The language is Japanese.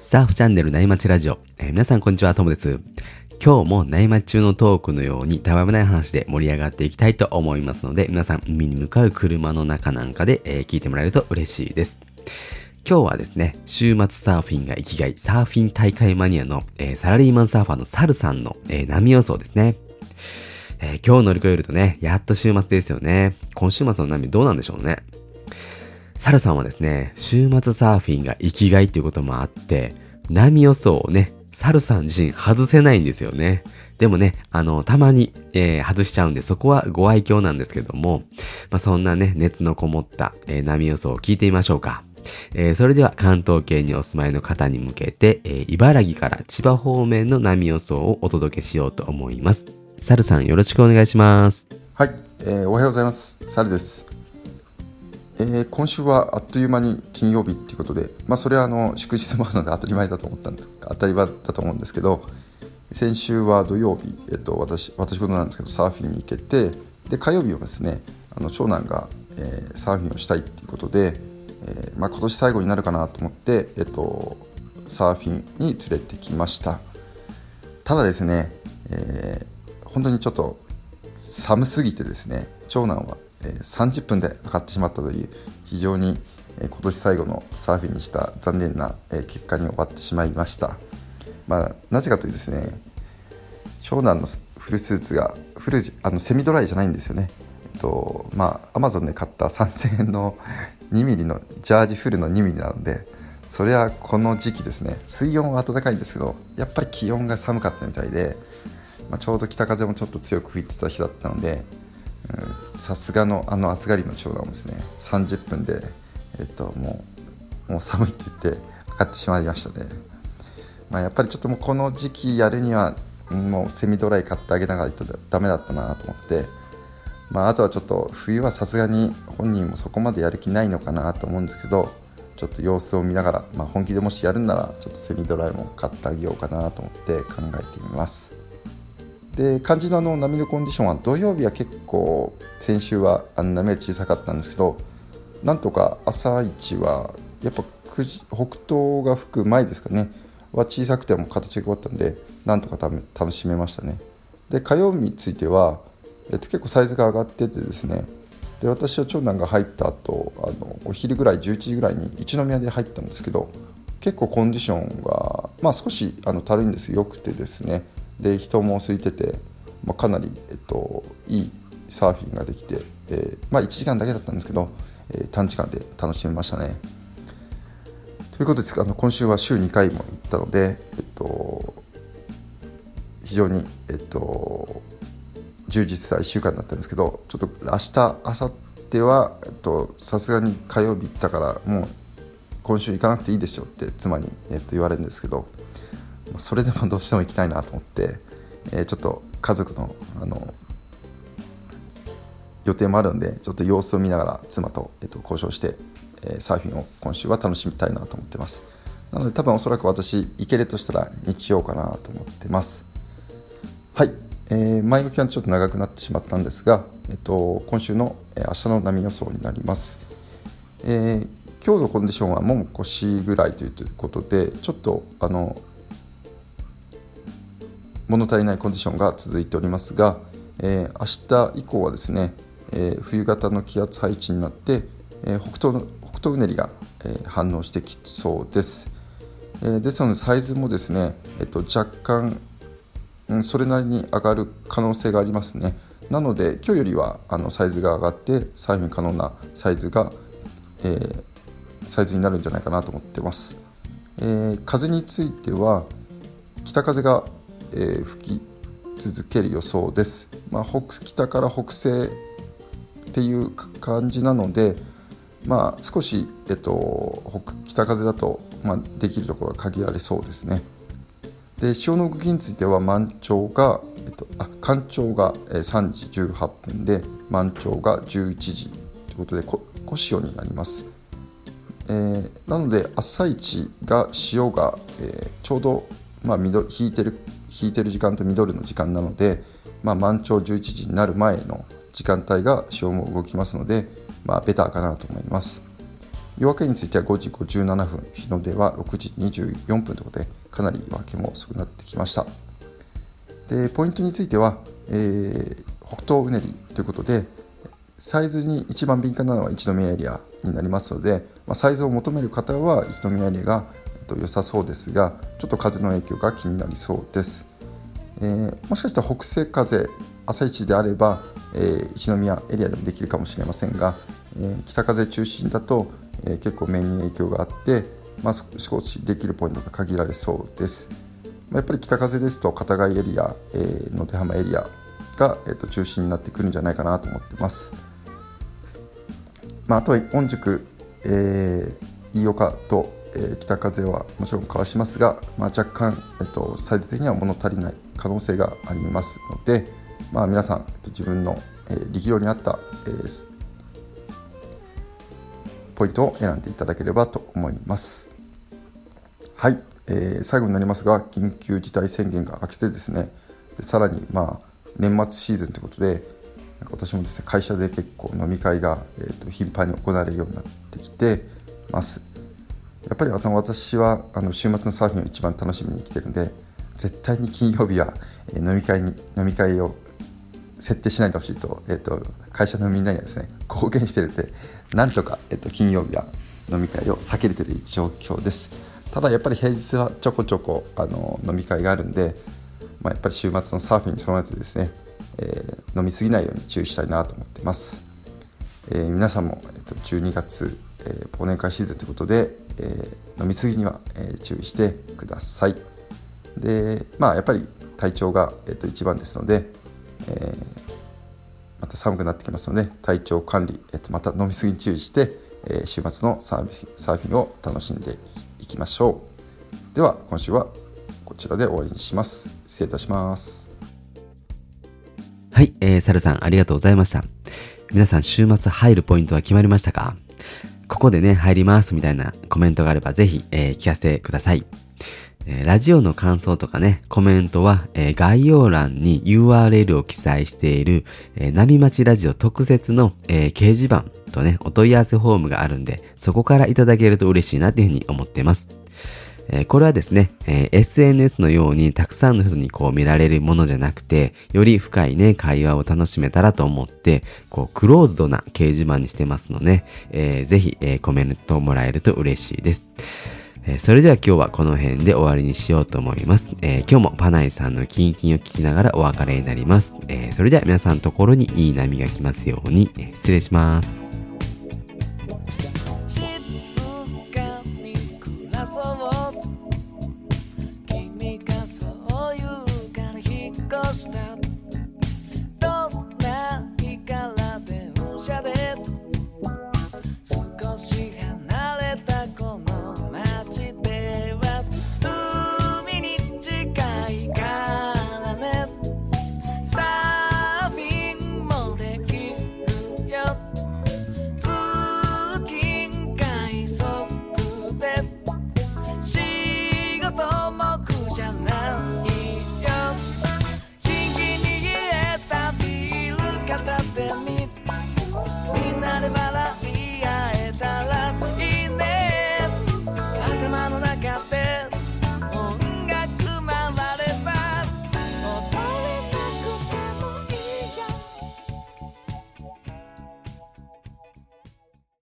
サーフチャンネル内町ラジオ、皆さんこんにちは、ともです。今日も内町中のトークのようにたわいもない話で盛り上がっていきたいと思いますので、皆さん海に向かう車の中なんかで、聞いてもらえると嬉しいです。今日はですね、週末サーフィンが生きがいサーフィン大会マニアの、サラリーマンサーファーのサルさんの、波予想ですね。今日乗り越えるとね、やっと週末ですよね。今週末の波どうなんでしょうね。サルさんはですね、週末サーフィンが生きがいということもあって、波予想をね、サルさん自身外せないんですよね。でもね、たまに、外しちゃうんで、そこはご愛嬌なんですけども、そんなね、熱のこもった、波予想を聞いてみましょうか。それでは関東圏にお住まいの方に向けて、茨城から千葉方面の波予想をお届けしようと思います。サルさんよろしくお願いします。 はい、おはようございます。サルです。今週はあっという間に金曜日っていうことで、それは祝日もあるので当たり前だと思うんですけど、先週は土曜日、私事なんですけどサーフィンに行けて、で火曜日はですね、長男が、サーフィンをしたいっていうことで、今年最後になるかなと思って、サーフィンに連れてきました。ただですね、本当にちょっと寒すぎてですね、長男は30分で上がってしまったという非常に今年最後のサーフィンにした残念な結果に終わってしまいました。なぜかというとですね、長男のフルスーツがセミドライじゃないんですよね。Amazon で買った3000円の2ミリのジャージフルの2ミリなので、それはこの時期ですね、水温は暖かいんですけど、やっぱり気温が寒かったみたいで、ちょうど北風もちょっと強く吹いてた日だったので、さすがの暑がりの長男もですね、30分で、もう寒いって言ってかかってしまいましたね。やっぱりちょっともうこの時期やるにはもうセミドライ買ってあげながらとダメだったなと思って、あとはちょっと冬はさすがに本人もそこまでやる気ないのかなと思うんですけど、ちょっと様子を見ながら、本気でもしやるんならちょっとセミドライも買ってあげようかなと思って考えてみます。で、肝心の波のコンディションは土曜日は結構先週は波が小さかったんですけど、なんとか朝一はやっぱ北東が吹く前ですかねは小さくても形が良かったんで、なんとか楽しめましたね。で、火曜日については、結構サイズが上がっててですね、で私は長男が入った後お昼ぐらい11時ぐらいに一宮で入ったんですけど、結構コンディションが、少したるいんですよくてですね、で人も空いてて、かなり、いいサーフィンができて、1時間だけだったんですけど、短時間で楽しめましたね。ということですが、今週は週2回も行ったので、非常に、充実した1週間だったんですけど、ちょっと明日明後日はさすがに火曜日行ったからもう今週行かなくていいでしょって妻に、言われるんですけど、それでもどうしても行きたいなと思って、ちょっと家族の、予定もあるので、ちょっと様子を見ながら妻と、交渉して、サーフィンを今週は楽しみたいなと思ってます。なので多分おそらく私行けるとしたら日曜かなと思ってます。はい、前置きはちょっと長くなってしまったんですが、今週の、明日の波予想になります。今日のコンディションはもも腰ぐらいということで、ちょっと物足りないコンディションが続いておりますが、明日以降はですね、冬型の気圧配置になって、北東うねりが、反応してきそうです。ですのでサイズもですね、若干、それなりに上がる可能性がありますね。なので今日よりはサイズが上がってサーフィン可能なサイズになるんじゃないかなと思ってます。風については北風が、吹き続ける予想です。北から北西っていう感じなので、少し、北風だと、できるところは限られそうですね。で、潮の動きについては干潮が3時18分で満潮が11時ということで小潮になります。なので朝一が潮が、ちょうど、引いてる時間とミドルの時間なので、満潮11時になる前の時間帯が潮も動きますので、ベターかなと思います。 夜明けについては5時57分、日の出は6時24分ということで、かなり夜明けも遅くなってきました。でポイントについては、北東うねりということで、サイズに一番敏感なのは一宮エリアになりますので、サイズを求める方は一宮エリアが良さそうですが、ちょっと風の影響が気になりそうです。もしかしたら北西風、朝一であれば、一宮エリアでもできるかもしれませんが、北風中心だと、結構面に影響があって、少しできるポイントが限られそうです。やっぱり北風ですと片貝エリア、野手浜エリアが、中心になってくるんじゃないかなと思っています。あとは御宿、飯岡と、北風はもちろんかわしますが、若干、サイズ的には物足りない可能性がありますので、皆さん、自分の、力量に合った、ポイントを選んでいただければと思います。はい、最後になりますが、緊急事態宣言が明けてですね、さらに年末シーズンということで、私もですね、会社で結構飲み会が、頻繁に行われるようになってきてます。やっぱり私は週末のサーフィンを一番楽しみに来てるんで、絶対に金曜日は飲み会を設定しないでほしいと、会社のみんなにはですね公言しているので、なんとか、金曜日は飲み会を避けれている状況です。ただやっぱり平日はちょこちょこ飲み会があるんで、やっぱり週末のサーフィンに備えてですね、飲みすぎないように注意したいなと思っています。皆さんも、12月、忘年会シーズンということで、飲みすぎには、注意してください。で、やっぱり体調が、一番ですので、また寒くなってきますので、体調管理、また飲みすぎに注意して、週末のサーフィンを楽しんでいきましょう。では今週はこちらで終わりにします。失礼いたします。 はい、サルさんありがとうございました。皆さん週末入るポイントは決まりましたか？ここでね入りますみたいなコメントがあればぜひ、聞かせてください。ラジオの感想とかね、コメントは、概要欄に URL を記載している、波町ラジオ特設の、掲示板とね、お問い合わせフォームがあるんで、そこからいただけると嬉しいなっていうふうに思っています。これはですね、SNS のようにたくさんの人にこう見られるものじゃなくて、より深いね、会話を楽しめたらと思って、こう、クローズドな掲示板にしてますので、ぜひ、コメントもらえると嬉しいです。それでは今日はこの辺で終わりにしようと思います。今日もパナイさんのキンキンを聞きながらお別れになります。それでは皆さんのところにいい波が来ますように、失礼します。 静かに暮らそう、君がそう言うから引っ越した